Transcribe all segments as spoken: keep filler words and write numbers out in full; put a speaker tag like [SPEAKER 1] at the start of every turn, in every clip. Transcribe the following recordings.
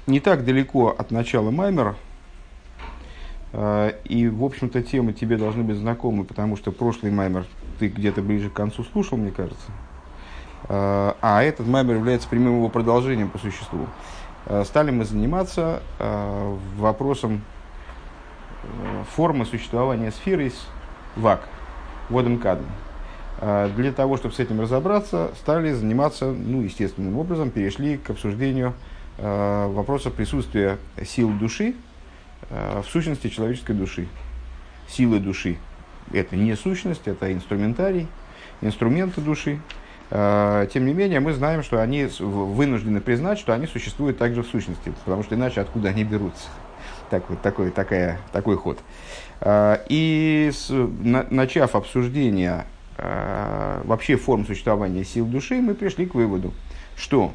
[SPEAKER 1] не так далеко от начала Маймера, и, в общем-то, темы тебе должны быть знакомы, потому что прошлый Маймер ты где-то ближе к концу слушал, мне кажется. А этот Маймер является прямым его продолжением по существу. Стали мы заниматься вопросом формы существования сферы из вак, водом кадмом. Для того, чтобы с этим разобраться, стали заниматься, ну, естественным образом, перешли к обсуждению вопроса присутствия сил души в сущности человеческой души. Силы души – это не сущность, это инструментарий, инструменты души. Тем не менее, мы знаем, что они вынуждены признать, что они существуют также в сущности, потому что иначе откуда они берутся? Так вот, такой, такая, такой ход. И с, на, начав обсуждение вообще форм существования сил души, мы пришли к выводу, что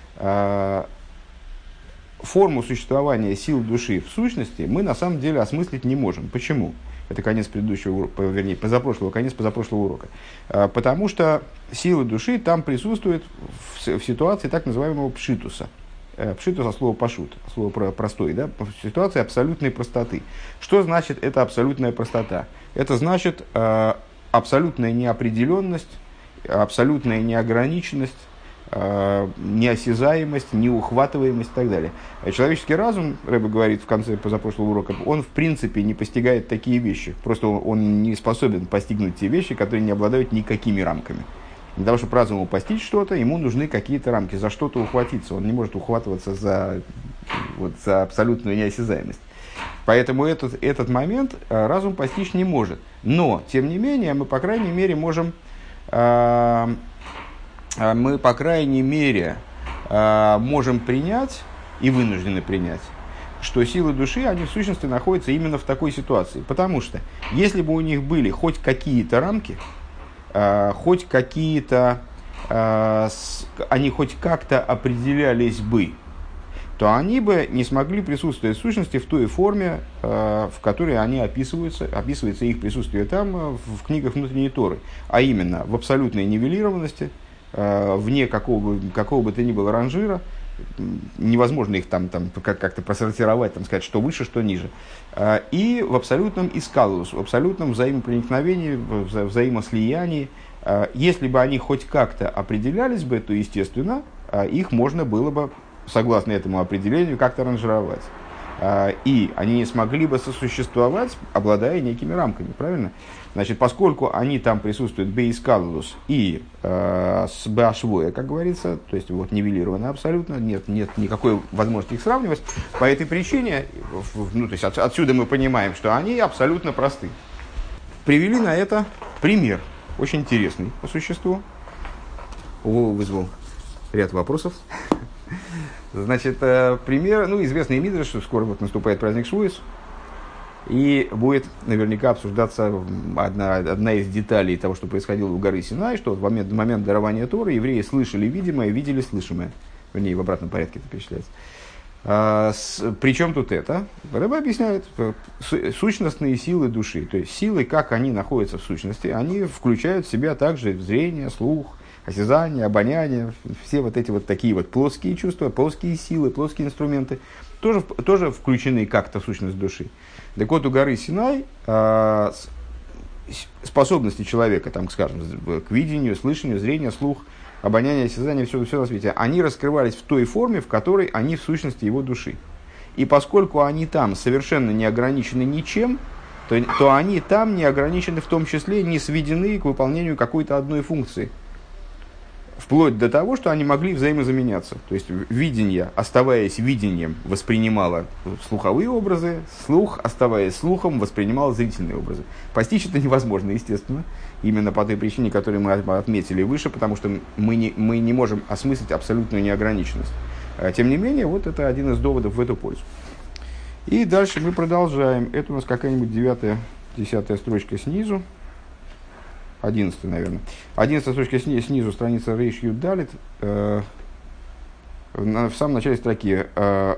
[SPEAKER 1] форму существования сил души в сущности мы на самом деле осмыслить не можем. Почему? Это конец предыдущего урока, вернее, позапрошлого, конец позапрошлого урока. Потому что силы души там присутствуют в, в ситуации так называемого пшитуса. Пшитус от слова пашут, слово простой, да? В ситуации абсолютной простоты. Что значит эта абсолютная простота? Это значит э, абсолютная неопределенность, абсолютная неограниченность, неосязаемость, неухватываемость и так далее. Человеческий разум, Рэбе говорит в конце позапрошлого урока, он в принципе не постигает такие вещи. Просто он не способен постигнуть те вещи, которые не обладают никакими рамками. Для того, чтобы разуму постичь что-то, ему нужны какие-то рамки, за что-то ухватиться. Он не может ухватываться за, вот, за абсолютную неосязаемость. Поэтому этот, этот момент разум постичь не может. Но, тем не менее, мы, по крайней мере, можем... Э- мы, по крайней мере, можем принять и вынуждены принять, что силы души, они в сущности находятся именно в такой ситуации. Потому что, если бы у них были хоть какие-то рамки, хоть какие-то, они хоть как-то определялись бы, то они бы не смогли присутствовать в сущности в той форме, в которой они описываются, описывается их присутствие там, в книгах внутренней Торы, а именно в абсолютной нивелированности, вне какого бы, какого бы то ни было ранжира, невозможно их там, там как-то просортировать, там, сказать, что выше, что ниже, и в абсолютном искалус, в абсолютном взаимопроникновении, вза- взаимослиянии. Если бы они хоть как-то определялись бы, то, естественно, их можно было бы, согласно этому определению, как-то ранжировать. И они не смогли бы сосуществовать, обладая некими рамками, правильно? Значит, поскольку они там присутствуют бейскалус и э, с башвоя, как говорится, то есть вот нивелированы абсолютно, нет, нет никакой возможности их сравнивать, по этой причине, ну, то есть от, отсюда мы понимаем, что они абсолютно просты. Привели на это пример, очень интересный по существу. О, вызвал ряд вопросов. Значит, пример, ну, известный мидраш, что скоро вот наступает праздник Швуис, и будет наверняка обсуждаться одна, одна из деталей того, что происходило у горы Синай, что в момент, в момент дарования Торы евреи слышали видимое, видели слышимое. Вернее, в обратном порядке это перечисляется. А, с, причем тут это? Рэбе объясняет, сущностные силы души, то есть силы, как они находятся в сущности, они включают в себя также зрение, слух, осязание, обоняние, все вот эти вот такие вот плоские чувства, плоские силы, плоские инструменты, тоже, тоже включены как-то в сущность души. Так вот, у горы Синай э, способности человека, там, скажем, к видению, слышанию, зрению, слух, обоняние, осязание, все, все на свете, они раскрывались в той форме, в которой они в сущности его души. И поскольку они там совершенно не ограничены ничем, то, то они там не ограничены в том числе, не сведены к выполнению какой-то одной функции. Вплоть до того, что они могли взаимозаменяться. То есть видение, оставаясь видением, воспринимало слуховые образы, слух, оставаясь слухом, воспринимал зрительные образы. Постичь это невозможно, естественно, именно по той причине, которую мы отметили выше, потому что мы не, мы не можем осмыслить абсолютную неограниченность. Тем не менее, вот это один из доводов в эту пользу. И дальше мы продолжаем. Это у нас какая-нибудь девятая, десятая строчка снизу. Одиннадцатая, наверное. Одиннадцатая строчка снизу, снизу страница Рейш Юд Далит. Э, в самом начале строки э,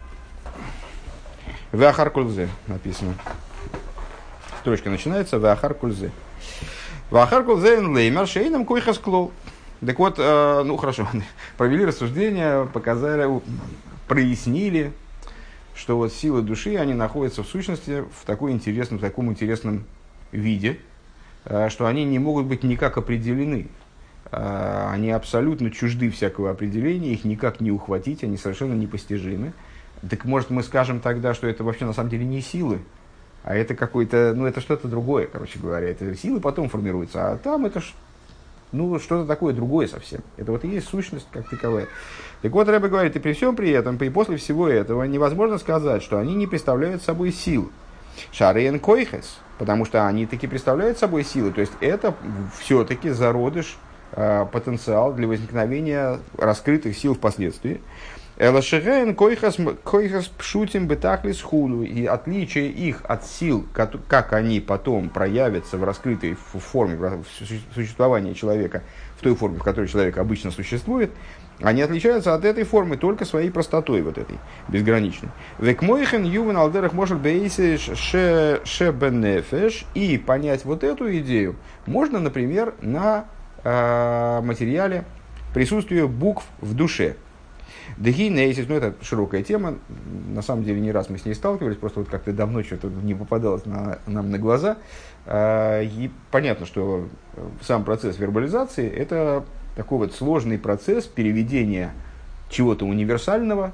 [SPEAKER 1] Веахар Кульзе написано. Строчка начинается Веахар Кульзе. Веахар Кульзе леймер шейном койхас клол. Так вот, э, ну хорошо, провели рассуждения, показали, прояснили, что вот силы души, они находятся в сущности в, такой интересном, в таком интересном виде, что они не могут быть никак определены. Они абсолютно чужды всякого определения, их никак не ухватить, они совершенно непостижимы. Так может мы скажем тогда, что это вообще на самом деле не силы, а это какой-то, ну это что-то другое, короче говоря. Это силы потом формируются, а там это ну, что-то такое другое совсем. Это вот и есть сущность как таковая. Так вот, Ребе говорит, и при всем при этом, и после всего этого, невозможно сказать, что они не представляют собой сил. Шарейн койхес, потому что они таки представляют собой силы. То есть, это все-таки зародыш, э, потенциал для возникновения раскрытых сил впоследствии. Элашерейн койхес пшутим бетахлис худу. И отличие их от сил, как, как они потом проявятся в раскрытой форме, в существовании человека, в той форме, в которой человек обычно существует, они отличаются от этой формы только своей простотой, вот этой, безграничной. Векмойхен ювен алдерах может бейсиш шебенефеш. И понять вот эту идею можно, например, на э, материале присутствия букв в душе. Дегинейсис, ну это широкая тема, на самом деле не раз мы с ней сталкивались, просто вот как-то давно что-то не попадалось на, нам на глаза. И понятно, что сам процесс вербализации – это такой вот сложный процесс переведения чего-то универсального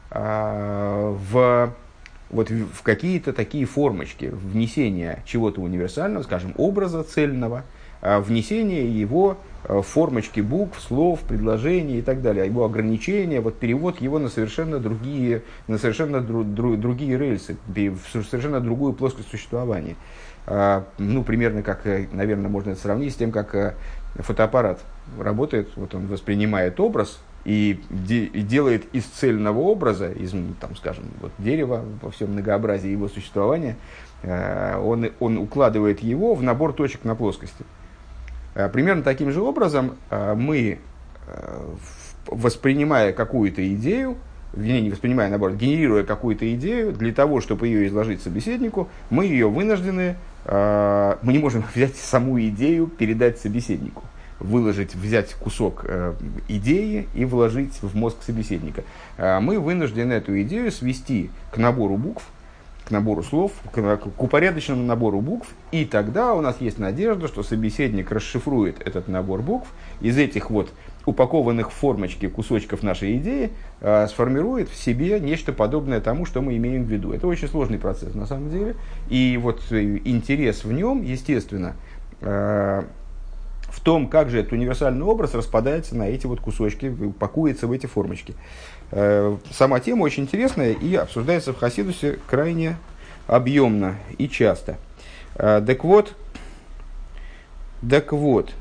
[SPEAKER 1] в, вот, в какие-то такие формочки, внесения чего-то универсального, скажем, образа цельного, внесение его в формочки букв, слов, предложений и так далее, его ограничения, вот перевод его на совершенно другие, на совершенно дру, дру, другие рельсы, в совершенно другую плоскость существования. Ну, примерно как, наверное, можно это сравнить с тем, как фотоаппарат работает, вот он воспринимает образ и, де, и делает из цельного образа, из, там, скажем, вот дерева во всем многообразии его существования, он, он укладывает его в набор точек на плоскости. Примерно таким же образом мы, воспринимая какую-то идею, не, не воспринимая, наоборот, генерируя какую-то идею, для того, чтобы ее изложить собеседнику, мы ее вынуждены, мы не можем взять саму идею, передать собеседнику, выложить, взять кусок идеи и вложить в мозг собеседника. Мы вынуждены эту идею свести к набору букв, к набору слов, к, к упорядоченному набору букв, и тогда у нас есть надежда, что собеседник расшифрует этот набор букв, из этих вот упакованных в формочки кусочков нашей идеи э, сформирует в себе нечто подобное тому, что мы имеем в виду. Это очень сложный процесс на самом деле, и вот интерес в нем, естественно, э, в том, как же этот универсальный образ распадается на эти вот кусочки, упакуется в эти формочки. Сама тема очень интересная и обсуждается в Хасидусе крайне объемно и часто. Так вот, так вот,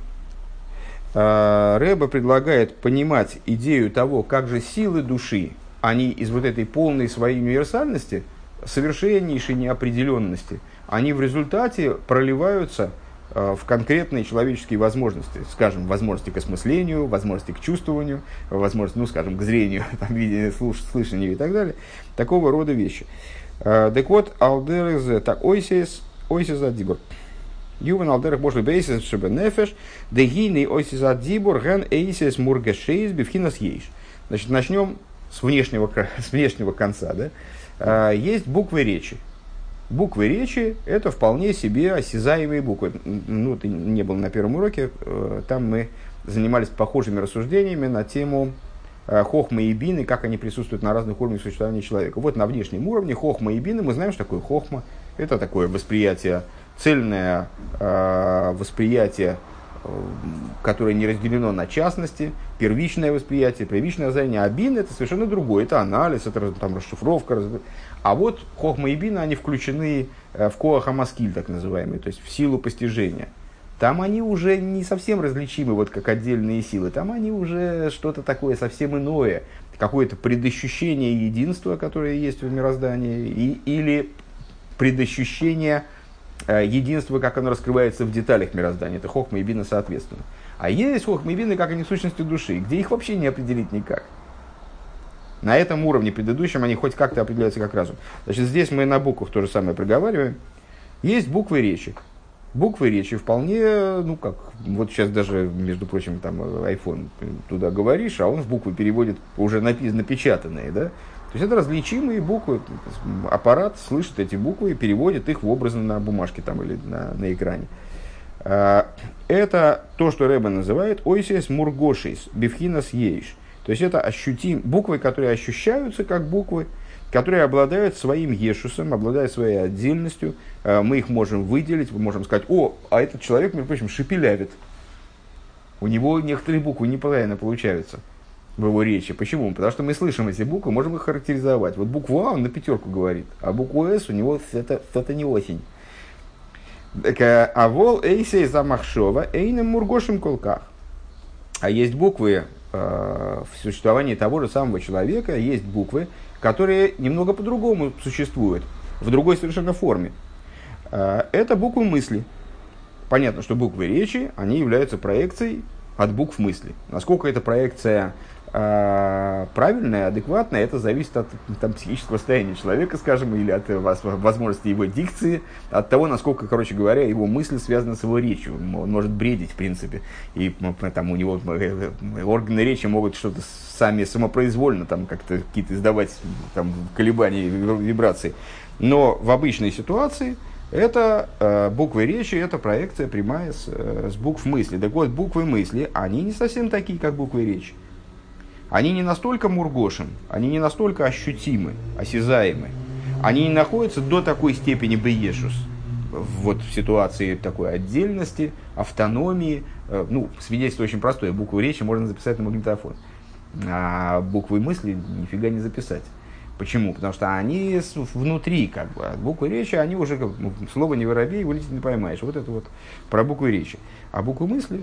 [SPEAKER 1] Ребе предлагает понимать идею того, как же силы души, они из вот этой полной своей универсальности, совершеннейшей неопределенности, они в результате проливаются в конкретные человеческие возможности, скажем, возможности к осмыслению, возможности к чувствованию, возможности, ну, скажем, к зрению, там, видению, слуш, слышанию и так далее, такого рода вещи. Так вот, алдерез, так, ойсис, ойсис адибур. Ювен алдерез бошли бейсис шебе нефеш, дегины ойсис адибур, ген эйсис мургешейс бифхинас ейш. Значит, начнем с внешнего, с внешнего конца, да? Есть буквы речи. Буквы речи – это вполне себе осязаемые буквы. Ну, ты не был на первом уроке, там мы занимались похожими рассуждениями на тему хохмы и бины, как они присутствуют на разных уровнях существования человека. Вот на внешнем уровне хохма и бины, мы знаем, что такое хохма. Это такое восприятие, цельное восприятие, которое не разделено на частности, первичное восприятие, первичное зрение. А бин – это совершенно другое. Это анализ, это там, расшифровка. А вот хохма и бина, они включены в коах амаскиль, так называемый, то есть в силу постижения. Там они уже не совсем различимы, вот как отдельные силы. Там они уже что-то такое совсем иное. Какое-то предощущение единства, которое есть в мироздании, и, или предощущение единства, как оно раскрывается в деталях мироздания. Это хохма и бина соответственно. А есть хохма и бина, как они в сущности души, где их вообще не определить никак. На этом уровне предыдущем они хоть как-то определяются как разум. Значит, здесь мы на буквах то же самое проговариваем. Есть буквы речи. Буквы речи вполне, ну как, вот сейчас даже, между прочим, там iPhone туда говоришь, а он в буквы переводит уже написано, напечатанные, да? То есть это различимые буквы. Аппарат слышит эти буквы и переводит их в образы на бумажке там, или на, на экране. Это то, что Ребе называет ойсес мургошис, бифхинас ейш. То есть это ощутим, буквы, которые ощущаются как буквы, которые обладают своим ешусом, обладают своей отдельностью. Мы их можем выделить, мы можем сказать: о, а этот человек, между прочим, шепелявит. У него некоторые буквы неправильно получаются в его речи. Почему? Потому что мы слышим эти буквы, можем их характеризовать. Вот букву А он на пятерку говорит, а букву С у него это, это не осень. А вол эйсей замахшова эйным мургошим колках. А есть буквы э, в существовании того же самого человека, есть буквы, которые немного по-другому существуют, в другой совершенно форме. Э, это буквы мысли. Понятно, что буквы речи, они являются проекцией от букв мысли. Насколько эта проекция э, правильная, адекватная, это зависит от там, психического состояния человека, скажем, или от возможности его дикции, от того, насколько, короче говоря, его мысли связаны с его речью. Он может бредить, в принципе, и там, у него органы речи могут что-то сами самопроизвольно там, как-то какие-то издавать там, колебания, вибрации. Но в обычной ситуации это э, буквы речи, это проекция прямая с, э, с букв мысли. Так вот, буквы мысли, они не совсем такие, как буквы речи. Они не настолько мургошим, они не настолько ощутимы, осязаемы. Они не находятся до такой степени беешус. Вот в ситуации такой отдельности, автономии. Э, ну, свидетельство очень простое. Буквы речи можно записать на магнитофон. А буквы мысли нифига не записать. Почему? Потому что они внутри, как бы, от буквы речи, они уже, как, ну, слово не воробей, вылететь не поймаешь. Вот это вот про буквы речи. А буквы мысли?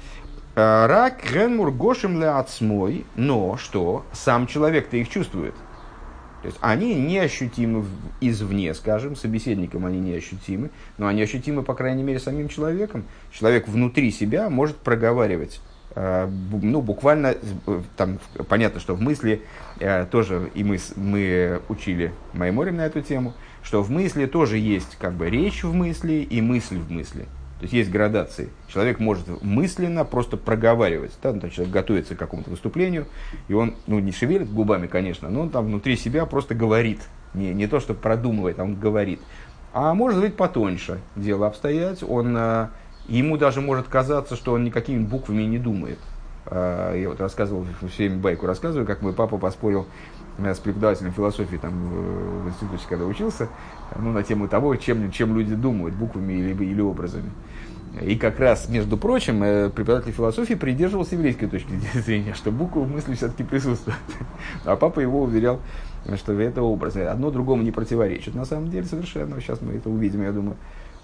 [SPEAKER 1] Рак генмур гошим леацмой, но что? Сам человек-то их чувствует. То есть они неощутимы извне, скажем, собеседникам они неощутимы, но они ощутимы, по крайней мере, самим человеком. Человек внутри себя может проговаривать. Ну, буквально, там, понятно, что в мысли э, тоже, и мы, мы учили Майморим на эту тему, что в мысли тоже есть как бы речь в мысли и мысль в мысли. То есть есть градации. Человек может мысленно просто проговаривать. Да? Ну, человек готовится к какому-то выступлению, и он, ну, не шевелит губами, конечно, но он там внутри себя просто говорит. Не, не то, что продумывает, а он говорит. А может быть потоньше дело обстоять, он... Ему даже может казаться, что он никакими буквами не думает. Я вот рассказывал, все время байку рассказываю, как мой папа поспорил с преподавателем философии там, в институте, когда учился, ну, на тему того, чем, чем люди думают, буквами или, или образами. И как раз, между прочим, преподаватель философии придерживался еврейской точки зрения, что буквы в мысли все-таки присутствуют. А папа его уверял, что это образы. Одно другому не противоречит. На самом деле совершенно. Сейчас мы это увидим, я думаю.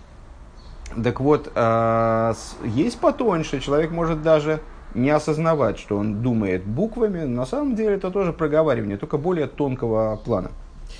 [SPEAKER 1] Так вот, э, есть потоньше, человек может даже не осознавать, что он думает буквами, на самом деле это тоже проговаривание, только более тонкого плана.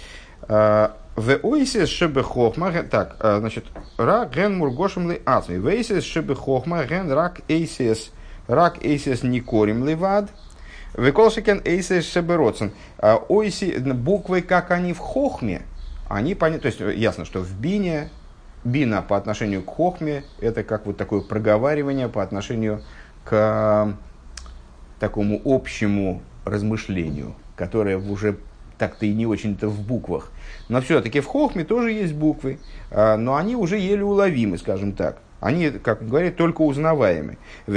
[SPEAKER 1] В ойсис шебе хохма, так, значит, рак ген мургошим ли ацми, в ойсис шебе хохма ген рак эйсис, рак эйсис никорим ливад, в колшикен эйсис шебе родсен. Ойси, буквы, как они в хохме, они понятны, то есть ясно, что в бине, бина по отношению к хохме, это как вот такое проговаривание по отношению к такому общему размышлению, которое уже так-то и не очень-то в буквах. Но все-таки в хохме тоже есть буквы, но они уже еле уловимы, скажем так. Они, как говорят, только узнаваемы.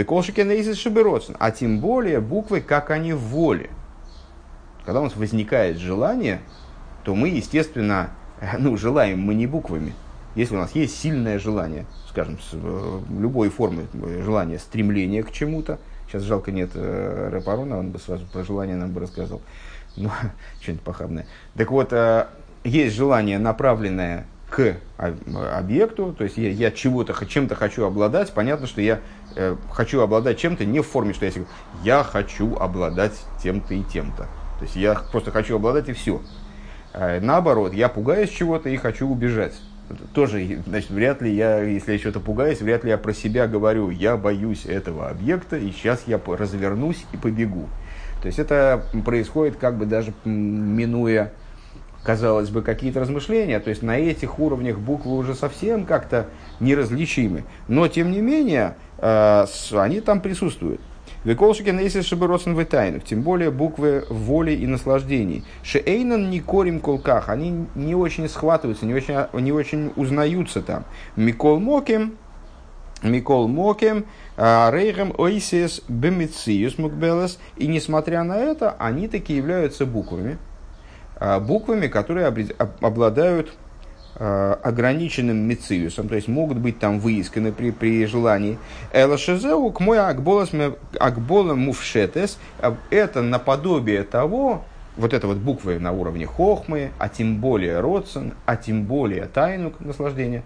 [SPEAKER 1] А тем более буквы, как они в воле. Когда у нас возникает желание, то мы, естественно, ну, желаем мы не буквами. Если у нас есть сильное желание, скажем, с любой формы желания, стремление к чему-то, сейчас жалко нет э, Рапарона, он бы сразу про желание нам бы рассказал, ну, что-нибудь похабное. Так вот, э, есть желание, направленное к объекту, то есть я, я чего-то, чем-то хочу обладать, понятно, что я э, хочу обладать чем-то не в форме, что я себе, я хочу обладать тем-то и тем-то. То есть я просто хочу обладать и все. Э, наоборот, я пугаюсь чего-то и хочу убежать. Тоже, значит, вряд ли я, если я что-то пугаюсь, вряд ли я про себя говорю, я боюсь этого объекта, и сейчас я развернусь и побегу. То есть это происходит как бы даже минуя, казалось бы, какие-то размышления. То есть на этих уровнях буквы уже совсем как-то неразличимы. Но, тем не менее, они там присутствуют. Веколшики нейсис шиберосен витайнов, тем более буквы воли и наслаждений. Шеэйнан не корим колках, они не очень схватываются, не очень, не очень узнаются там. Микол моким, Микол Мокем, Рейгем Ойсис Бемициус Мукбелес. И несмотря на это, они таки являются буквами. Буквами, которые обладают ограниченным мициусом, то есть могут быть там выисканы при, при желании. Элашезеу к мой акболам муфшетес. Это наподобие того, вот это вот буквы на уровне хохмы, а тем более родсен, а тем более тайну наслаждения.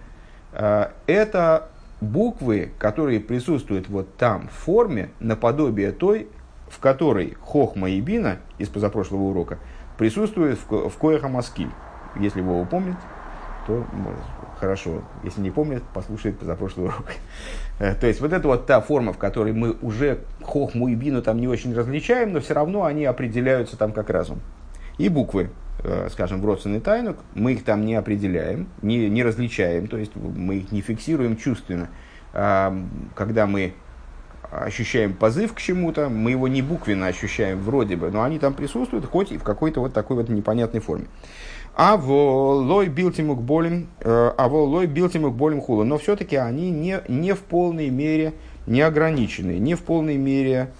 [SPEAKER 1] Это буквы, которые присутствуют вот там в форме, наподобие той, в которой хохма и бина из позапрошлого урока присутствуют в, в коэха маскиль. Если его помнит, то может, хорошо. Если не помнит, послушает позапрошлый урок. То есть вот это вот та форма, в которой мы уже хохму и бину там не очень различаем, но все равно они определяются там как разум. И буквы, скажем, в родственный тайнук, мы их там не определяем, не, не различаем, то есть мы их не фиксируем чувственно. Когда мы ощущаем позыв к чему-то, мы его не буквенно ощущаем вроде бы, но они там присутствуют, хоть и в какой-то вот такой вот непонятной форме. А волой билтимук болим, а волой билтимук болим хула, но все-таки они не, не в полной мере не ограничены, не в полной мере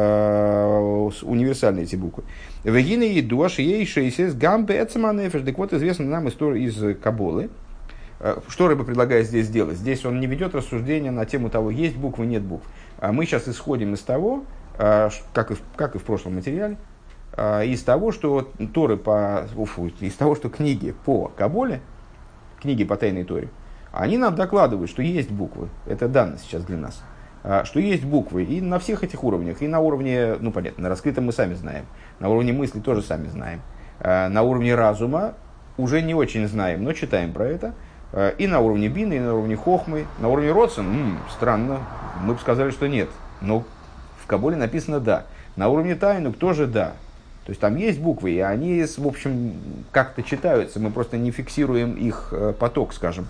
[SPEAKER 1] э, универсальны эти буквы. Вегина и дуаш ей шейсес гамбе эцеманефеш. Так вот, известна нам история из Каболы. Что Рыба предлагает здесь сделать? Здесь он не ведет рассуждения на тему того, есть буквы, нет букв. Мы сейчас исходим из того, как и в, как и в прошлом материале, из того, что Торы по, уфу, из того, что книги по Каболе, книги по тайной Торе, они нам докладывают, что есть буквы. Это данность сейчас для нас. Что есть буквы и на всех этих уровнях. И на уровне, ну понятно, на раскрытом мы сами знаем. На уровне мысли тоже сами знаем. На уровне разума уже не очень знаем, но читаем про это. И на уровне бины, и на уровне хохмы. На уровне родсен, м-м, странно, мы бы сказали, что нет. Но в Каболе написано «да». На уровне тайнук тоже «да». То есть там есть буквы, и они, в общем, как-то читаются. Мы просто не фиксируем их поток, скажем.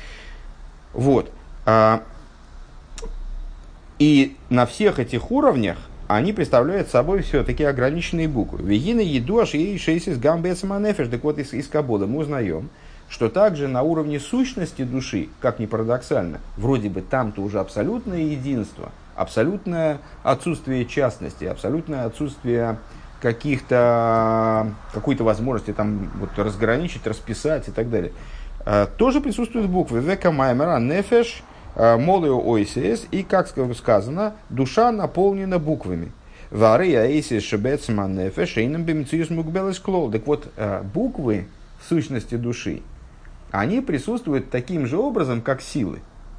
[SPEAKER 1] Вот. И на всех этих уровнях они представляют собой все-таки ограниченные буквы. Вегина еду аж ей шейсис гамбецманефеш. Так вот, из, из Кабола мы узнаем, что также на уровне сущности души, как ни парадоксально, вроде бы там-то уже абсолютное единство, абсолютное отсутствие частности, абсолютное отсутствие каких-то, какой-то возможности там, вот, разграничить, расписать и так далее. Тоже присутствуют буквы. Века маймера нефеш молео ойсес. И, как сказано, душа наполнена буквами. Вары аэсис шебецман нефеш эйнам бемциюс мукбелес клол. Так вот, буквы в сущности души, они присутствуют таким же образом, как силы.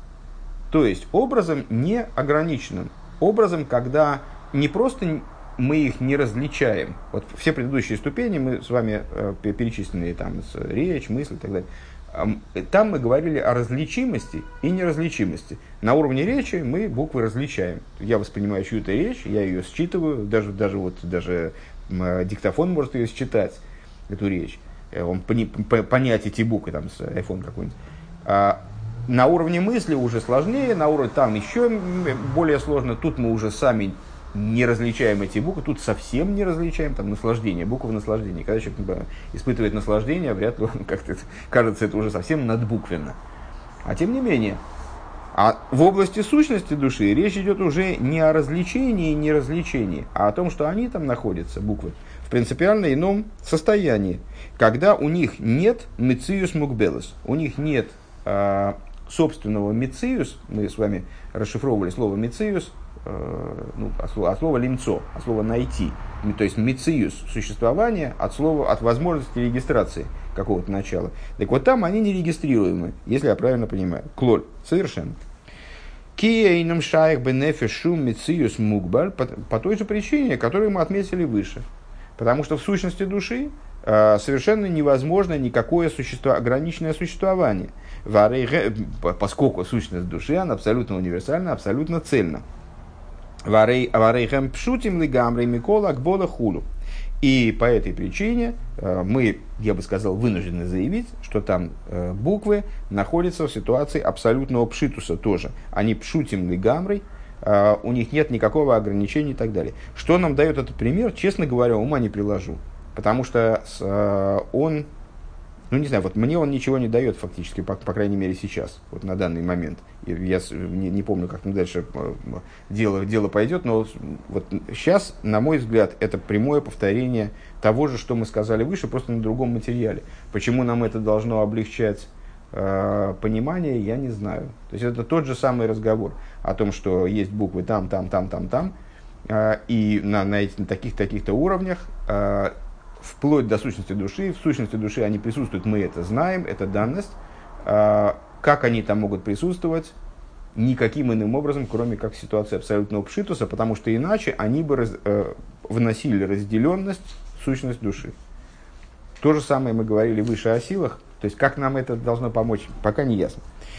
[SPEAKER 1] То есть, образом неограниченным. Образом, когда не просто мы их не различаем. Вот все предыдущие ступени мы с вами э, перечисленные, там, с речь, мысль и так далее. Э, там мы говорили о различимости и неразличимости. На уровне речи мы буквы различаем. Я воспринимаю чью-то речь, я ее считываю, даже, даже, вот, даже э, диктофон может ее считать, эту речь. Он пони, по, понять эти буквы, там, с iPhone какой-нибудь. А на уровне мысли уже сложнее, на уровне там еще более сложно. Тут мы уже сами не различаем эти буквы, тут совсем не различаем, там, наслаждение, буквы наслаждения. Когда человек испытывает наслаждение, вряд ли, как-то кажется, это уже совсем надбуквенно. А тем не менее, а в области сущности души речь идет уже не о развлечении и неразвлечении, а о том, что они там находятся, буквы, в принципиально ином состоянии, когда у них нет мециус мукбелес, у них нет э, собственного мециус, мы с вами расшифровывали слово мециус, ну, от слова, от слова лимцо, от слова найти, то есть мециус существования от слова, от возможности регистрации какого-то начала. Так вот там они не регистрируемы, если я правильно понимаю. Клоль, совершенно. Киейном шайх бенефишу мециус мукбаль, по той же причине, которую мы отметили выше. Потому что в сущности души э, совершенно невозможно никакое существо, ограниченное существование, поскольку сущность души она абсолютно универсальна, абсолютно цельна. И по этой причине мы, я бы сказал, вынуждены заявить, что там буквы находятся в ситуации абсолютного пшитуса тоже. Они пшутим ли гамрой, у них нет никакого ограничения и так далее. Что нам дает этот пример, честно говоря, ума не приложу. Потому что он, ну не знаю, вот мне он ничего не дает фактически, по, по крайней мере сейчас, вот на данный момент. Я не, не помню, как дальше дело, дело пойдет, но вот сейчас, на мой взгляд, это прямое повторение того же, что мы сказали выше, просто на другом материале. Почему нам это должно облегчать понимание, я не знаю. То есть это тот же самый разговор о том, что есть буквы там, там, там, там, там, и на, на, этих, на таких-таких-то уровнях, вплоть до сущности души. В сущности души они присутствуют, мы это знаем, это данность. Как они там могут присутствовать? Никаким иным образом, кроме как ситуации абсолютного пшитуса, потому что иначе они бы раз, вносили разделенность в сущность души. То же самое мы говорили выше о силах. То есть, как нам это должно помочь, пока не ясно.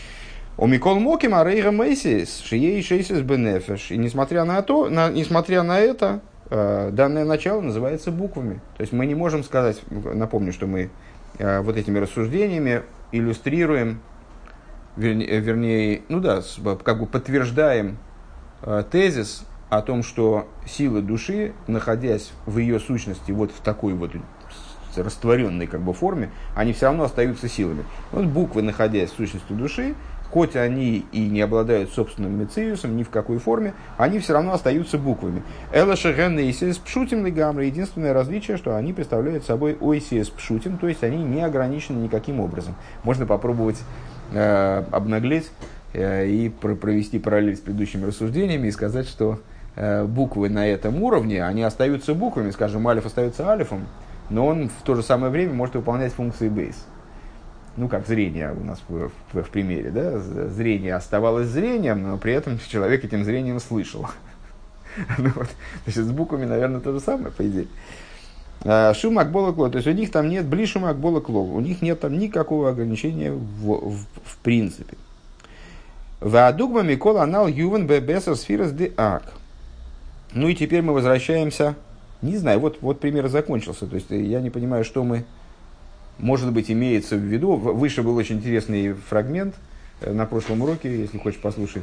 [SPEAKER 1] У Микол Моким Арейга Мейсис, Шией Шейсис Бенефеш. И несмотря на то, на, несмотря на это, э, данное начало называется буквами. То есть, мы не можем сказать, напомню, что мы э, вот этими рассуждениями иллюстрируем, вернее, вернее ну да, как бы подтверждаем э, тезис о том, что силы души, находясь в ее сущности вот в такой вот растворенной как бы форме, они все равно остаются силами. Вот буквы, находясь в сущности души, хоть они и не обладают собственным мециусом, ни в какой форме, они все равно остаются буквами. Элашеген ойсиэс пшутим лигамра. Единственное различие, что они представляют собой ойсиэс пшутим, то есть они не ограничены никаким образом. Можно попробовать э, обнаглеть э, и про- провести параллель с предыдущими рассуждениями и сказать, что э, буквы на этом уровне, они остаются буквами, скажем, алиф остается алифом, но он в то же самое время может выполнять функции бейс. Ну, как зрение у нас в, в, в примере. Да? Зрение оставалось зрением, но при этом человек этим зрением слышал. ну, вот. Значит, с буквами, наверное, то же самое, по идее. Шум акбола кло. То есть у них там нет блишума акбола кло. У них нет там никакого ограничения в, в, в принципе. Ваадугма микола анал ювен бебесер сфирас де ак. Ну и теперь мы возвращаемся. Не знаю, вот, вот пример закончился. То есть я не понимаю, что мы, может быть, имеется в виду. Выше был очень интересный фрагмент на прошлом уроке, если хочешь послушать.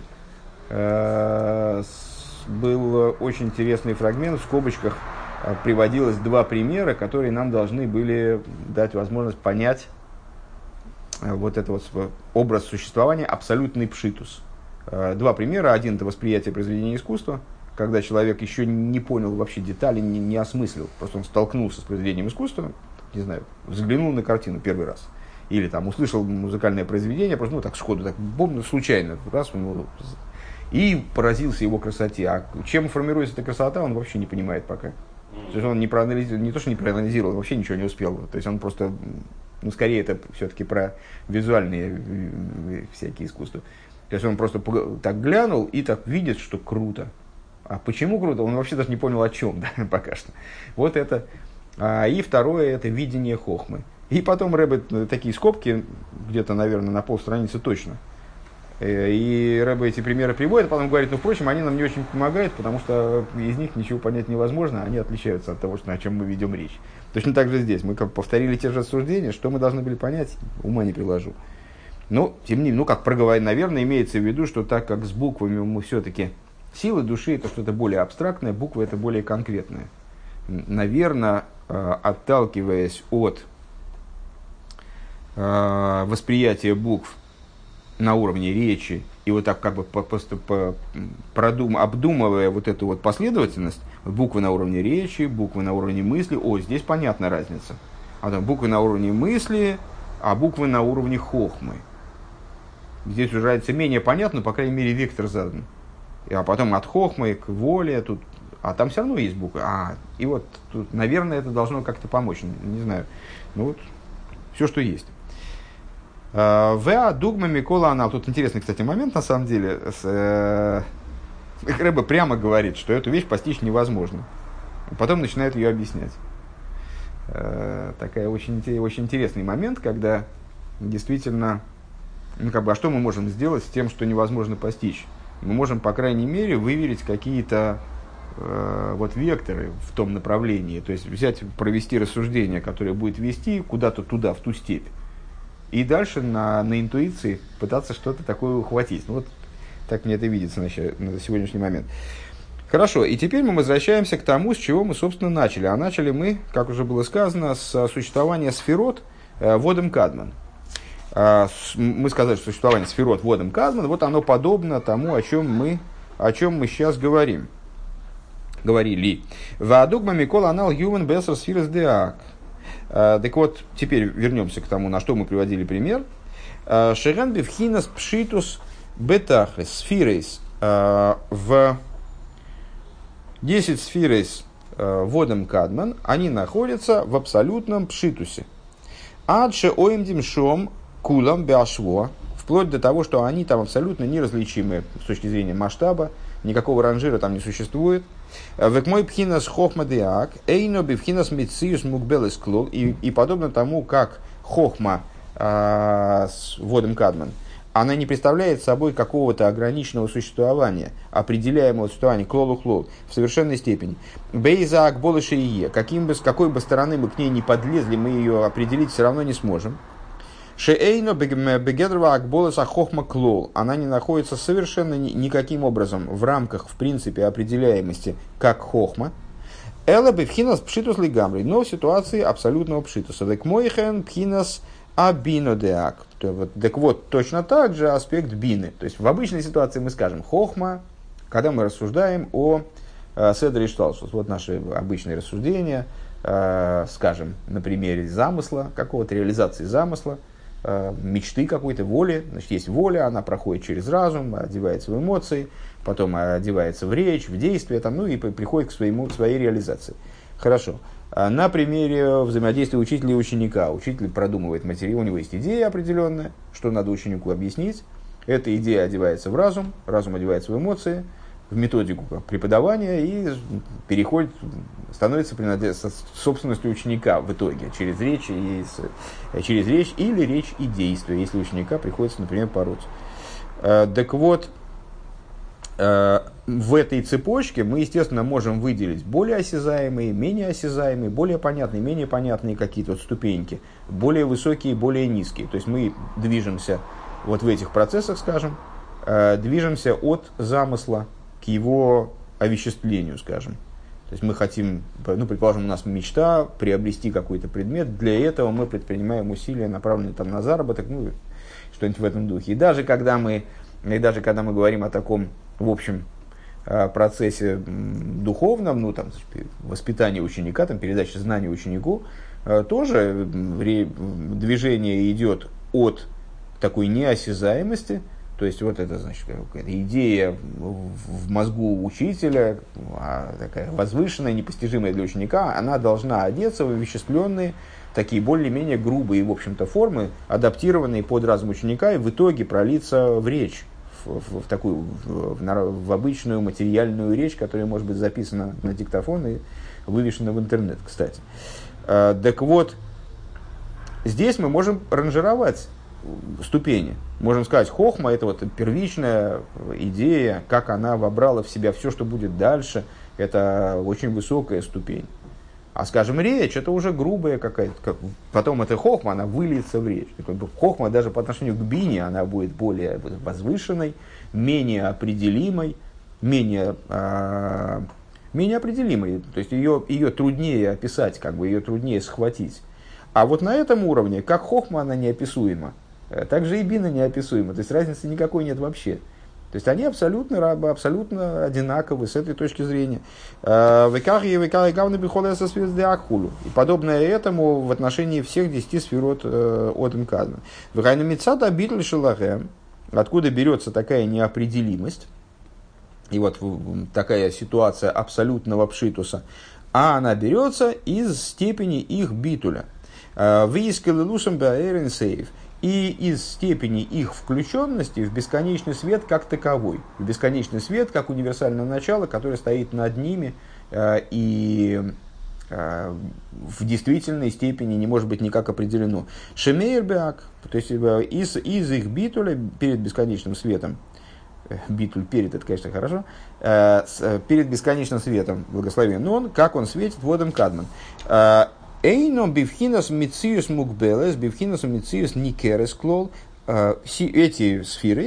[SPEAKER 1] Был очень интересный фрагмент, в скобочках приводилось два примера, которые нам должны были дать возможность понять вот этот вот образ существования, абсолютный пшитус. Два примера. Один – это восприятие произведения искусства, когда человек еще не понял вообще детали, не, не осмыслил. Просто он столкнулся с произведением искусства, не знаю, взглянул на картину первый раз. Или там услышал музыкальное произведение, просто ну, так сходу, так, бомбно, случайно, раз, ну, и поразился его красоте. А чем формируется эта красота, он вообще не понимает пока. То есть он не проанализировал, не то, что не проанализировал, вообще ничего не успел. То есть он просто, ну, скорее это все-таки про визуальные всякие искусства. То есть он просто так глянул и так видит, что круто. А почему круто? Он вообще даже не понял, о чем, да, пока что. Вот это. А, и второе, это видение хохмы. И потом Рэбе такие скобки, где-то, наверное, на полстраницы точно. И Рэбе эти примеры приводит, а потом говорит, ну, впрочем, они нам не очень помогают, потому что из них ничего понять невозможно, они отличаются от того, что, о чем мы ведем речь. Точно так же здесь. Мы как повторили те же рассуждения, что мы должны были понять, ума не приложу. Но, тем не менее, ну, как проговорить, наверное, имеется в виду, что так как с буквами мы все-таки... Силы души – это что-то более абстрактное, буквы – это более конкретное. Наверное, отталкиваясь от восприятия букв на уровне речи и вот так как бы продум, обдумывая вот эту вот последовательность, буквы на уровне речи, буквы на уровне мысли, о, здесь понятна разница. А там буквы на уровне мысли, а буквы на уровне хохмы. Здесь уже разница менее понятна, по крайней мере, вектор задан. А потом от хохмы к воле, тут, а там все равно есть буквы. А, и вот тут, наверное, это должно как-то помочь. Не знаю. Ну вот, все, что есть. Веа дугма Микола Анал. Тут интересный, кстати, момент, на самом деле. Рэбе прямо говорит, что эту вещь постичь невозможно. Потом начинает ее объяснять. Такой очень, очень интересный момент, когда действительно, ну, как бы, а что мы можем сделать с тем, что невозможно постичь? Мы можем, по крайней мере, выверить какие-то э, вот векторы в том направлении. То есть взять, провести рассуждение, которое будет вести куда-то туда, в ту степь. И дальше на, на интуиции пытаться что-то такое ухватить. Ну, вот Так мне это видится на сегодняшний момент. Хорошо, и теперь мы возвращаемся к тому, с чего мы, собственно, начали. А начали мы, как уже было сказано, с существования сферот э, водом Кадман. Э, мы сказали, что существование сферот водом Кадман, вот оно подобно тому, о чем мы, о чем мы сейчас говорим. Говорили. Ваадугма Микола Анал Юман Бесар Сфирас Деак. Так вот, теперь вернемся к тому, на что мы приводили пример. Шерен Бевхинас Пшитус Бетахрис Сфирейс в десять сфирейс водом Кадман, они находятся в абсолютном пшитусе. Адше оимдим шом кулам беашво, вплоть до того, что они там абсолютно неразличимы с точки зрения масштаба, никакого ранжира там не существует. Век мой пхинас хохма деак, эйно бивхинас мициус мукбелес клол, и подобно тому, как хохма э, с водом Кадман, она не представляет собой какого-то ограниченного существования, определяемого существования клолу-клол в совершенной степени. Бейза акболыша ие, каким бы, с какой бы стороны мы к ней не подлезли, мы ее определить все равно не сможем. Шеэйно бегедрова акболыша хохма клол, она не находится совершенно никаким образом в рамках, в принципе, определяемости, как хохма. Эла бевхинас пшитус лигамри, но в ситуации абсолютного пшитуса. Век мойхен пхинас абино деак. Так вот, точно так же аспект бины. То есть в обычной ситуации мы скажем хохма, когда мы рассуждаем о э, седре и шталшус. Вот наши обычные рассуждения, э, скажем, на примере замысла, какого-то реализации замысла, э, мечты какой-то, воли. Значит, есть воля, она проходит через разум, одевается в эмоции, потом одевается в речь, в действие, там, ну и приходит к, своему, к своей реализации. Хорошо. На примере взаимодействия учителя и ученика. Учитель продумывает материал, у него есть идея определенная, что надо ученику объяснить. Эта идея одевается в разум, разум одевается в эмоции, в методику преподавания и переходит, становится собственностью ученика в итоге, через речь, и, через речь или речь и действие, если ученика приходится, например, пороть. Так вот, в этой цепочке мы, естественно, можем выделить более осязаемые, менее осязаемые, более понятные, менее понятные какие-то вот ступеньки, более высокие, более низкие. То есть мы движемся вот в этих процессах, скажем, движемся от замысла к его овеществлению, скажем. То есть мы хотим, ну, предположим, у нас мечта приобрести какой-то предмет, для этого мы предпринимаем усилия, направленные там, на заработок, ну, что-нибудь в этом духе. И даже когда мы, и даже когда мы говорим о таком, в общем, процессе духовном, ну, там, воспитания ученика, там, передачи знаний ученику, тоже движение идет от такой неосязаемости, то есть вот это, значит, какая-то идея в мозгу учителя, такая возвышенная, непостижимая для ученика, она должна одеться в овеществленные, такие более-менее грубые, в общем-то, формы, адаптированные под разум ученика, и в итоге пролиться в речь. В, в такую в, в, в обычную материальную речь, которая может быть записана на диктофон и вывешена в интернет, кстати. Э, так вот, здесь мы можем ранжировать ступени. Можем сказать, хохма — это вот первичная идея, как она вобрала в себя все, что будет дальше. Это очень высокая ступень. А, скажем, речь — это уже грубая какая-то. Как, потом эта хохма, она выльется в речь. Хохма даже по отношению к бине, она будет более возвышенной, менее определимой, менее, а, менее определимой. То есть ее, ее труднее описать, как бы, ее труднее схватить. А вот на этом уровне, как хохма, она неописуема, так же и бина неописуема. То есть разницы никакой нет вообще. То есть они абсолютно, абсолютно одинаковы с этой точки зрения. И подобное этому в отношении всех десяти сферот от Мкадма. Откуда берется такая неопределимость, и вот такая ситуация абсолютного пшитуса, а она берется из степени их битуля. И из степени их включенности в бесконечный свет как таковой. В бесконечный свет как универсальное начало, которое стоит над ними э, и э, в действительной степени не может быть никак определено. Шемейрбеак, то есть э, из, из их битуля перед бесконечным светом, э, битуль перед, это, конечно, хорошо, э, с, перед бесконечным светом, благословен он, как он светит водом Кадман. Э, Эйном бифхинас мициус мукбелес, бифхинас мициус никерес клол. Эти сферы,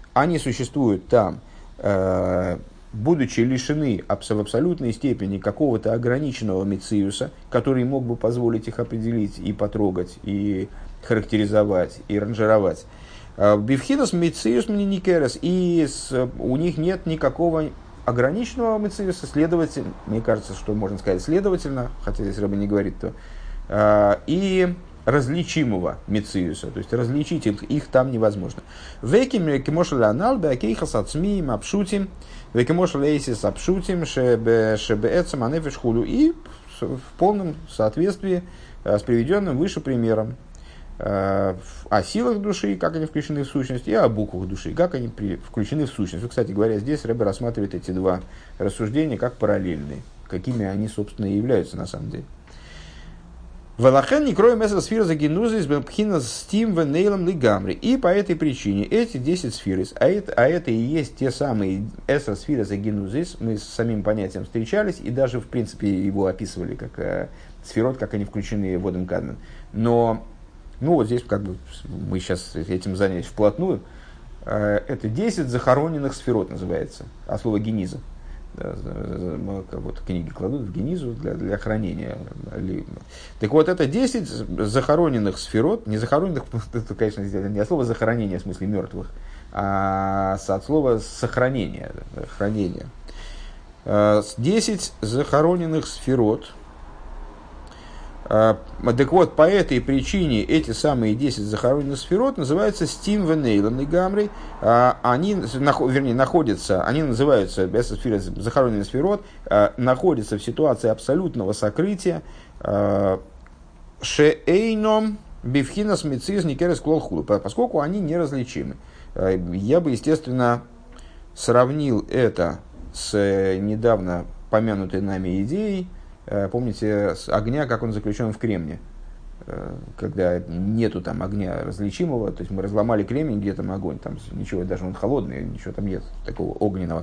[SPEAKER 1] они существуют там, э, будучи лишены абс- в абсолютной степени какого-то ограниченного мециуса, который мог бы позволить их определить и потрогать, и характеризовать, и ранжировать. Бифхинос мециус мниникерес, и с, у них нет никакого ограниченного мециуса, следовательно, мне кажется, что можно сказать следовательно, хотя здесь Рэбе не говорит, то, и различимого мециуса, то есть различить их, их там невозможно. Веким кемошел анал беакейхас ацмиим апшутим, векемошел эйсис апшутим шебеэцам анефеш хулю, и в полном соответствии с приведенным выше примером о силах души, как они включены в сущность, и о буквах души, как они при, включены в сущность. Кстати говоря, здесь Рэбе рассматривает эти два рассуждения как параллельные, какими они, собственно, и являются на самом деле. Валахен не кроем эсер сфера за генузис бэмпхина стим венейлом лигамри. И по этой причине эти десять сфер, а это, а это и есть те самые эсер сфера за генузис, мы с самим понятием встречались и даже, в принципе, его описывали как э, сферот, как они включены в Одем Кадмон. Но ну вот здесь как бы мы сейчас этим занялись вплотную. Это десять захороненных сферот называется, а слово гениза. Да, вот книги кладут в генизу для, для хранения. Так вот, это десять захороненных сферот, не захороненных, это, конечно, не от слова захоронения, в смысле мертвых, а от слова сохранения, хранения. десять захороненных сферот. Так вот, по этой причине эти самые десять захороненных сферот называются Стим Венейлом и Гамрей. Они, вернее, находятся, они называются захороненные сферот, находятся в ситуации абсолютного сокрытия Шеэйном Бифхинас Мециз Никерес Клолхулу, поскольку они неразличимы. Я бы, естественно, сравнил это с недавно помянутой нами идеей. Помните, с огня, как он заключен в кремне, когда нету там огня различимого, то есть мы разломали кремень, где там огонь, там ничего, даже он холодный, ничего там нет такого огненного.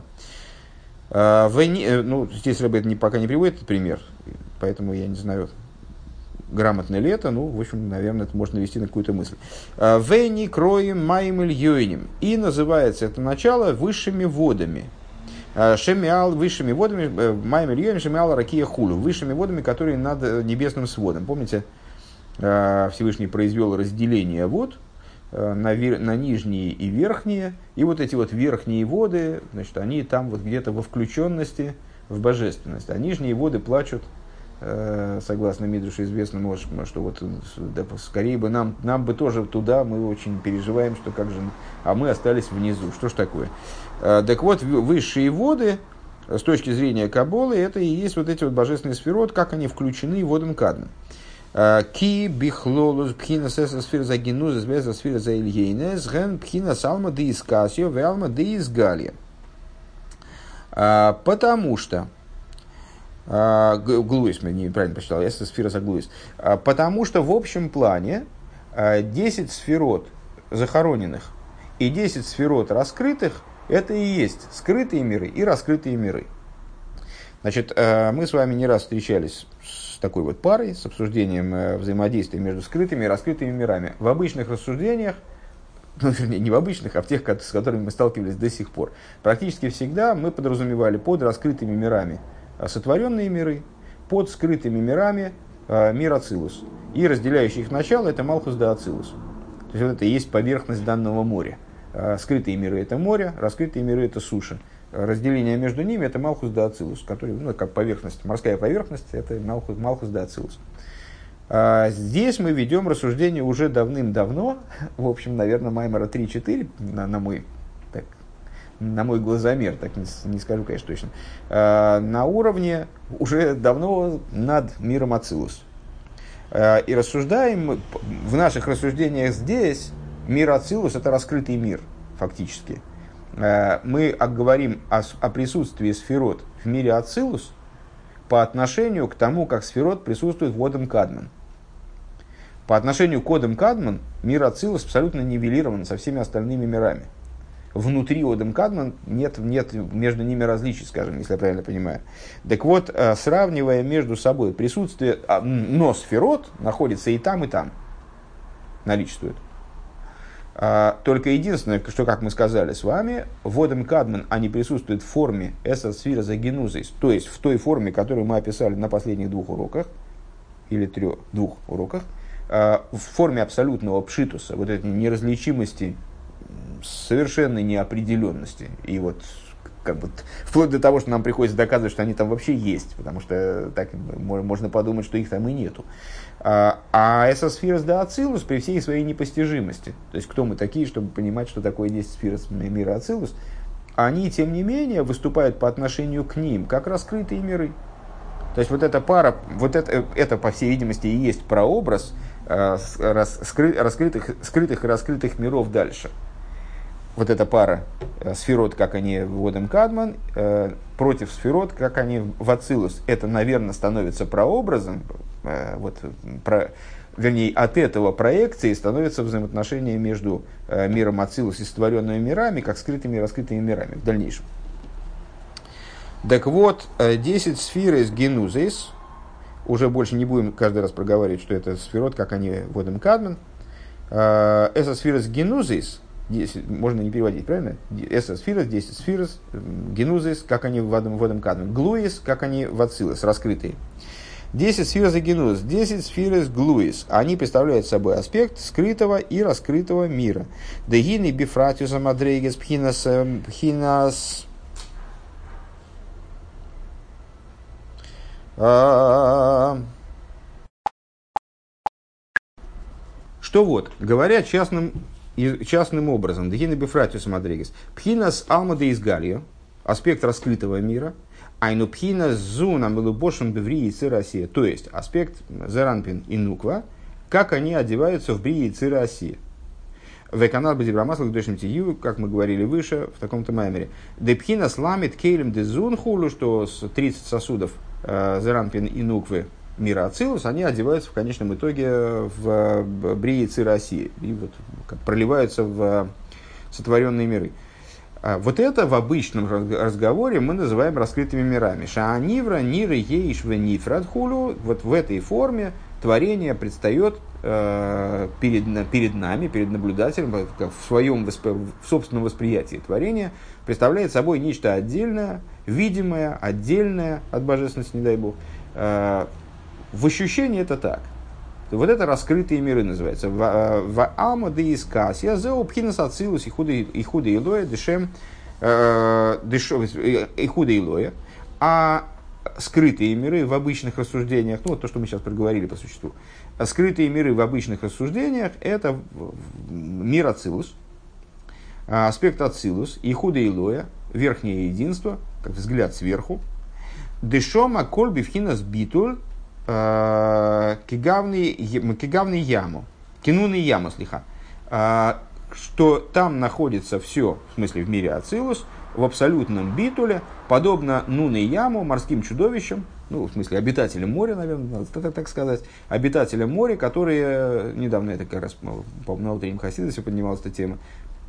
[SPEAKER 1] Ну, здесь Рэбе это пока не приводит этот пример, поэтому я не знаю, грамотно ли это, ну, в общем, наверное, это можно навести на какую-то мысль. Вейни кроем маим ильёйним, и называется это начало высшими водами. Шемиал высшими водами, майм ильёйним шемиал ракия хулю, высшими водами, которые над небесным сводом. Помните, Всевышний произвел разделение вод на, вер, на нижние и верхние, и вот эти вот верхние воды, значит, они там вот где-то во включенности в божественность, а нижние воды плачут, согласно Мидрашу известному, что вот да, скорее бы нам, нам бы тоже туда, мы очень переживаем, что как же, а мы остались внизу, что ж такое. Так вот, высшие воды, с точки зрения Каббалы, это и есть вот эти вот божественные сферот, как они включены в Одем Кадмон. Ки бихлолус пхина сеса сфера за генузис беза сфера за ильейнес ген пхина салма де искасио вялма де изгалья. Потому что Глуис, мы неправильно прочитал, я сфера за Глуис. Потому что в общем плане десять сферот захороненных и десять сферот раскрытых — это и есть скрытые миры и раскрытые миры. Значит, мы с вами не раз встречались с такой вот парой, с обсуждением взаимодействия между скрытыми и раскрытыми мирами. В обычных рассуждениях, ну, вернее, не в обычных, а в тех, с которыми мы сталкивались до сих пор, практически всегда мы подразумевали под раскрытыми мирами сотворенные миры, под скрытыми мирами мир Ацилус. И разделяющий их начало — это Малхус да Ацилус. То есть вот это и есть поверхность данного моря. Скрытые миры — это море, раскрытые миры — это суша. Разделение между ними — это Малхус да Ацилус, который, ну, как поверхность, морская поверхность — это Малхус, Малхус да Ацилус. Здесь мы ведем рассуждение уже давным-давно, в общем, наверное, Маймера три-четыре, на, на мой так, на мой глазомер, так не, не скажу, конечно, точно, на уровне уже давно над миром Ацилус. И рассуждаем, в наших рассуждениях здесь мир Ацилус — это раскрытый мир, фактически. Мы говорим о, о присутствии сферот в мире Ацилус по отношению к тому, как сферот присутствует в Одем Кадмон. По отношению к Одем Кадмон мир Ацилус абсолютно нивелирован со всеми остальными мирами. Внутри Одем Кадмон нет, нет между ними различий, скажем, если я правильно понимаю. Так вот, сравнивая между собой присутствие, но сферот находится и там, и там, наличествует. А, только единственное, что, как мы сказали с вами, водом кадман они присутствуют в форме эсосфира загенузис, то есть в той форме, которую мы описали на последних двух уроках, или трех, двух уроках, а, в форме абсолютного пшитуса, вот этой неразличимости, совершенной неопределенности. И вот как бы, вплоть до того, что нам приходится доказывать, что они там вообще есть, потому что так можно подумать, что их там и нету. А эсосфирос да ацилус при всей своей непостижимости, то есть кто мы такие, чтобы понимать, что такое есть сфирос мира ацилус, они, тем не менее, выступают по отношению к ним, как раскрытые миры. То есть вот эта пара, вот это, это по всей видимости, и есть прообраз э, раскры, раскрытых, скрытых и раскрытых миров дальше. Вот эта пара э, сферот, как они в Водем Кадман, э, против сферот, как они в Ацилус. Это, наверное, становится прообразом, э, вот, про, вернее, от этого проекции становятся взаимоотношения между э, миром Ацилус и сотворенными мирами, как скрытыми и раскрытыми мирами в дальнейшем. Так вот, десять сфер из генузис, уже больше не будем каждый раз проговаривать, что это сферот, как они в Водем Кадман. Эса сфера из генузис, можно не переводить, правильно? Эса сфера, десять сфер, генузис, как они в Водем Кадман. Глуис, как они в Ацилус, раскрытые. десять сфер из генузис, десять сфер из глуис. Они представляют собой аспект скрытого и раскрытого мира. Дегины бифратиуса мадрейгес пхинас пхинас. Что вот, говоря частным, частным образом, Дегины Бефратиус Мадригес, Пхинас Алмада из Галью, аспект раскрытого мира, Айну Пхинас Зуна Мелубошем Беври и Цирасия, то есть аспект Зеранпин и Нуква, как они одеваются в Брии и Цирасия. В канал Базибрамасл к душным тию, как мы говорили выше, в таком-то маймере. Депхинас ламит кейлем дезун хулу, что с тридцать сосудов Зеранпин и Нуквы мира Ацилус, они одеваются в конечном итоге в Брии Цирасии и вот как проливаются в сотворенные миры. Вот это в обычном разговоре мы называем раскрытыми мирами. Шаанивра, нира, ейшве, нифрат хулю. Вот в этой форме творение предстает э, перед, перед нами, перед наблюдателем, в, своем, в собственном восприятии творения, представляет собой нечто отдельное, видимое, отдельное от божественности, не дай бог. Э, в ощущении это так. Вот это раскрытые миры называется. В Ама де Искас, я зеу пхинас ацилус и худа илоя дешем и худа илоя. А скрытые миры в обычных рассуждениях, ну вот то, что мы сейчас проговорили по существу, скрытые миры в обычных рассуждениях это мир ацилус, аспект ацилус и худа илоя, верхнее единство, как взгляд сверху. Дешома кольби пхинас битуль кигавный яму, кинуный яму, слиха, что там находится все, в смысле в мире Ацилус, в абсолютном битуле, подобно нуны яму, морским чудовищам, ну, в смысле обитателям моря, наверное, надо так сказать, обитателям моря, которые, недавно это как раз, по-моему, на утреннем Хасидосе поднималась эта тема,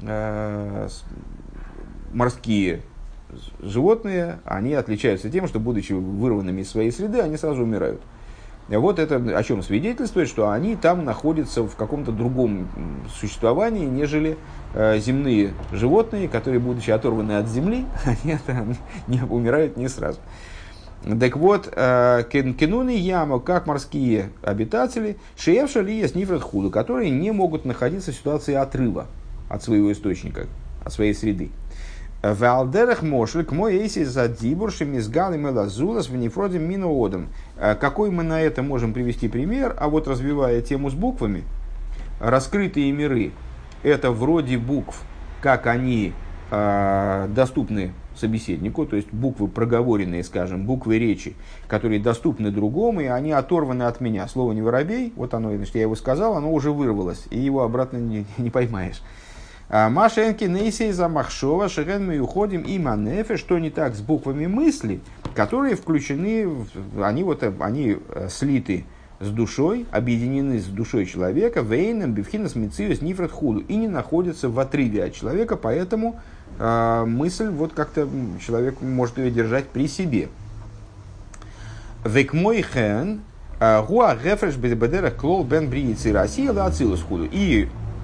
[SPEAKER 1] морские животные, они отличаются тем, что, будучи вырванными из своей среды, они сразу умирают. Вот это о чем свидетельствует, что они там находятся в каком-то другом существовании, нежели э, земные животные, которые, будучи оторваны от земли, они там не умирают не сразу. Так вот, э, кенуны яма, как морские обитатели, шеевша ли есть нифрат худу, которые не могут находиться в ситуации отрыва от своего источника, от своей среды. Валдерах мошлик мой эйси за дибуршим из галим элазулас в нефродим миноодом. Какой мы на это можем привести пример? А вот развивая тему с буквами, раскрытые миры – это вроде букв, как они э, доступны собеседнику, то есть буквы проговоренные, скажем, буквы речи, которые доступны другому, и они оторваны от меня. Слово «не воробей», вот оно, значит, я его сказал, оно уже вырвалось, и его обратно не, не поймаешь. Машенки нейсей за махшова шерен мы уходим и манефе, что не так с буквами мысли, которые включены, в, они, вот, они слиты с душой, объединены с душой человека, вейном бифхинас мициус нифрат худу, и не находятся в отрыве от человека, поэтому э, мысль, вот как-то человек может ее держать при себе. Век мой хэн гуа рефреш бедерах клол бен бриицы России ла ацилус худу. И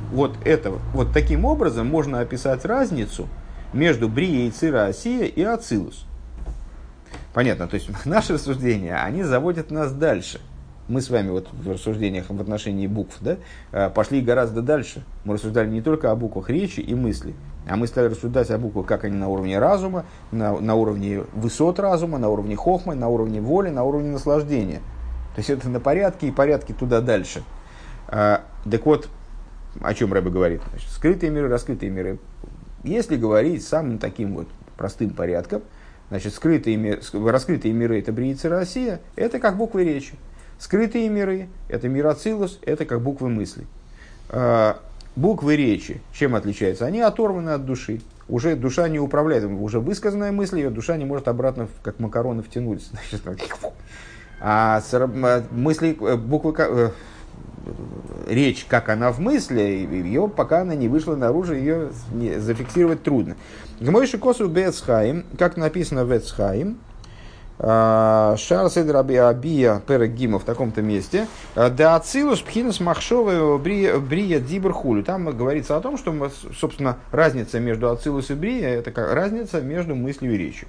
[SPEAKER 1] вот, это, вот таким образом можно описать разницу между Брией, Цира, Осия и Ацилус. Понятно, то есть наши рассуждения, они заводят нас дальше. Мы с вами вот в рассуждениях в отношении букв, да, пошли гораздо дальше. Мы рассуждали не только о буквах речи и мысли, а мы стали рассуждать о буквах, как они на уровне разума, на, на уровне высот разума, на уровне хохмы, на уровне воли, на уровне наслаждения. То есть это на порядке и порядке туда дальше. А, так вот, о чем Рэбе говорит? Значит, скрытые миры, раскрытые миры. Если говорить самым таким вот простым порядком, значит, скрытые миры, раскрытые миры – это Брия, Цира, Осия, это как буквы речи. Скрытые миры – это мир Ацилус, это как буквы мысли. А, буквы речи чем отличаются? Они оторваны от души. Уже душа не управляет, уже высказанная мысль, ее душа не может обратно, как макароны, втянуть. Значит, а мысли, буквы, речь, как она в мысли, ее, пока она не вышла наружу, ее не, зафиксировать трудно. Гмойши косу бецхаим, как написано в Эцхаим, Шар седр абия перек гима в таком-то месте. Да ацилус пхинас махшовая брия дибр хулю. Там говорится о том, что, собственно, разница между ацилус и брия — это как разница между мыслью и речью.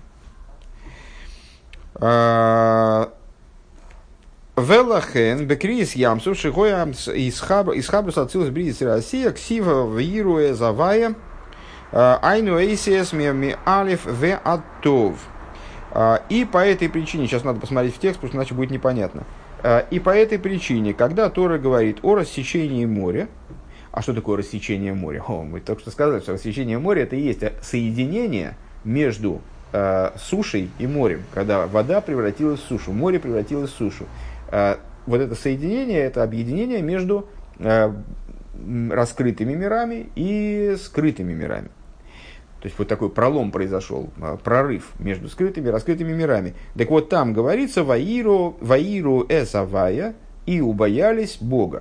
[SPEAKER 1] Велахен бекрис ямсу шигоя исхабрус ацилус брия цира Осия ксива вируэ завая айну эйсиэс ми алиф ве аттов. И по этой причине, сейчас надо посмотреть в текст, потому что иначе будет непонятно. И по этой причине, когда Тора говорит о рассечении моря, а что такое рассечение моря? О, мы только что сказали, что рассечение моря — это и есть соединение между э, сушей и морем, когда вода превратилась в сушу, море превратилось в сушу. Э, вот это соединение, это объединение между э, раскрытыми мирами и скрытыми мирами. То есть вот такой пролом произошел, прорыв между скрытыми и раскрытыми мирами. Так вот там говорится «Ваиру, ваиру эсавая» и убоялись Бога.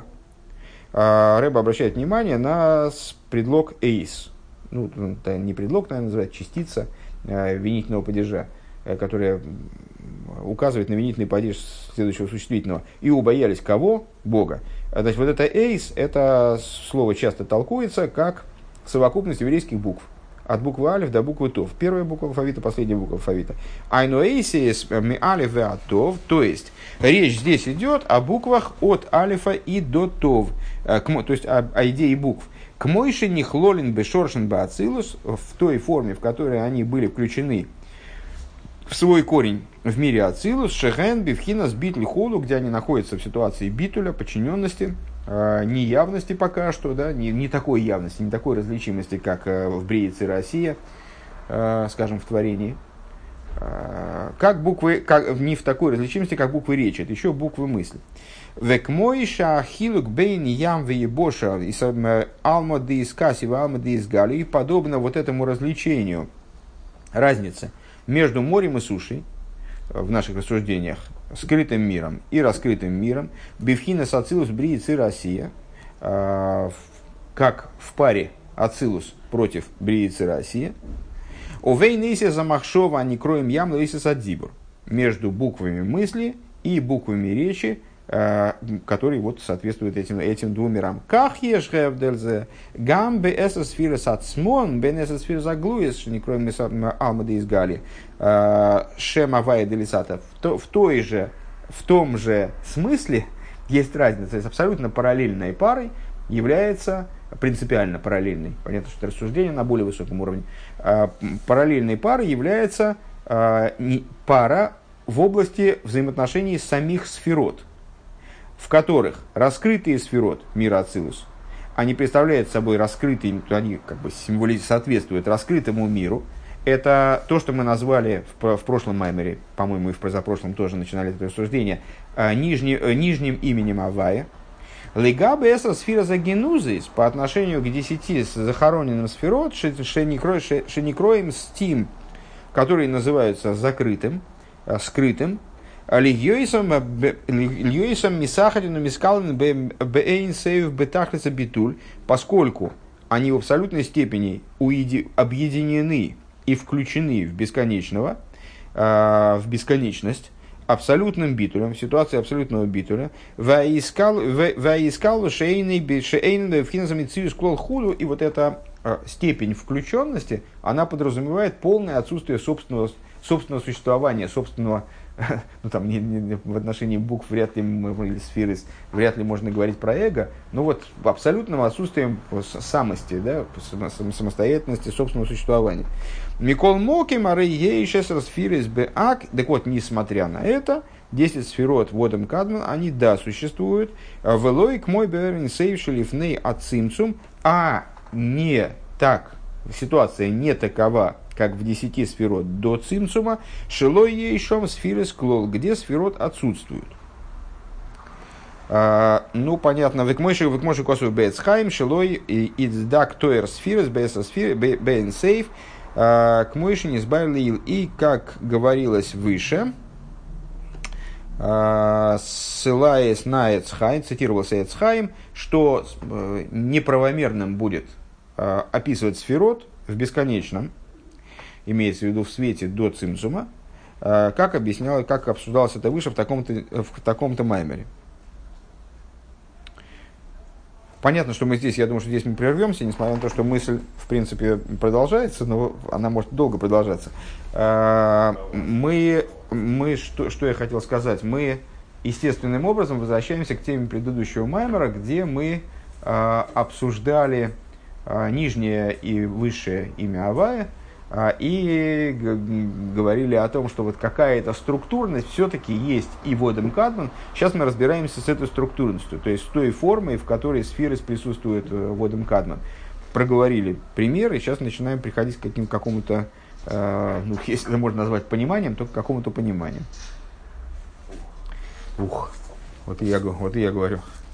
[SPEAKER 1] А Рэбе обращает внимание на предлог «эйс». Ну, это не предлог, наверное, называется, частица винительного падежа, которая указывает на винительный падеж следующего существительного. И убоялись кого? Бога. Значит, вот это «эйс», это слово часто толкуется как совокупность еврейских букв. От буквы алиф до буквы тов. Первая буква алфавита, последняя буква алфавита. Айнуэйсис ми алиф ве атов. То есть речь здесь идет о буквах от алифа и до тов. То есть о, о идее букв. К мойши нихлолин бешоршен баацилус, в той форме, в которой они были включены в свой корень в мире ацилус, шеген бифхинас битли холу, где они находятся в ситуации битуля, подчиненности, неявности пока что, да, не, не такой явности, не такой различимости, как в Брии, Цира, Осия, скажем, в творении, как буквы, как, не в такой различимости, как буквы речи, это еще буквы мысли. Векмойша хилук бейн ям веебоша алма де искаси алма де изгали, и подобно вот этому развлечению, разница между морем и сушей в наших рассуждениях, скрытым миром и раскрытым миром, бифхина с ацилус брии цира Осия, как в паре ацилус против брии цира Осия, овейнейся замахшова не кроем ям лейсис адзибур, между буквами мысли и буквами речи, которые вот соответствуют этим, этим двум мирам. Как ешгевдельзе гам беэсэс фирес ацмон бенэсэс фирес аглуес не кроем алмады из гали шемавая делисата. В той же, в том же смысле есть разница. Есть абсолютно параллельной парой является принципиально параллельной. Понятно, что это рассуждение на более высоком уровне. Параллельной парой является пара в области взаимоотношений самих сферот, в которых раскрытые сферот мира Ацилус, они представляют собой раскрытые, они как бы символи соответствуют раскрытому миру. Это то, что мы назвали в, в прошлом маймере, по-моему, и в позапрошлом тоже начинали это рассуждение, нижний, нижним именем Авая. Легабе эса сфера загенузис по отношению к десяти захороненным сферот, шеникроем стим, которые называются закрытым, скрытым, Льюисом мисахарину мискален бэйн сейв бетахлиса битуль, поскольку они в абсолютной степени объединены и включены в бесконечного, в бесконечность. абсолютным битулем, в ситуации абсолютного битуля, ваискал шейный шейный вхинзами циус клол худу, и вот эта э, степень включенности, она подразумевает полное отсутствие собственного, собственного существования, собственного, ну там не, не, в отношении букв вряд ли мы, или сферы вряд ли можно говорить про эго, но вот абсолютным отсутствием самости, да, самостоятельности, собственного существования. Микол Моки, Мары Ейшесер Сфирис Беак. Так вот, несмотря на это, десять сферот Водом Кадман, они, да, существуют. Велойк мой берн сейвшелифней ацимцум, а не так, ситуация не такова, как в десяти сферот до цимцума, шелой ейшом сфирис клол, где сферот отсутствуют. А, ну, понятно, векмойши векмойши косу бейцхайм, шелой иддак тоер сфирис бейса сфир бейн сейф, к Мойше избавил, и, как говорилось выше, ссылаясь на Эцхайм, цитировался Эцхайм, что неправомерным будет описывать сферот в бесконечном, имеется в виду в свете до цимцума, как объяснял, как обсуждалось это выше в таком-то, в таком-то маймере. Понятно, что мы здесь, я думаю, что здесь мы прервемся, несмотря на то, что мысль, в принципе, продолжается, но она может долго продолжаться. Мы, мы что, что я хотел сказать, мы естественным образом возвращаемся к теме предыдущего маймера, где мы обсуждали нижнее и высшее имя Авая, и говорили о том, что вот какая-то структурность все-таки есть и в Одем Кадман. Сейчас мы разбираемся с этой структурностью, то есть с той формой, в которой сферы присутствуют в Одем Кадман. Проговорили примеры, сейчас начинаем приходить к каким, какому-то, э, ну, если это можно назвать пониманием, то к какому-то пониманию. Ух, вот и я, вот и я говорю.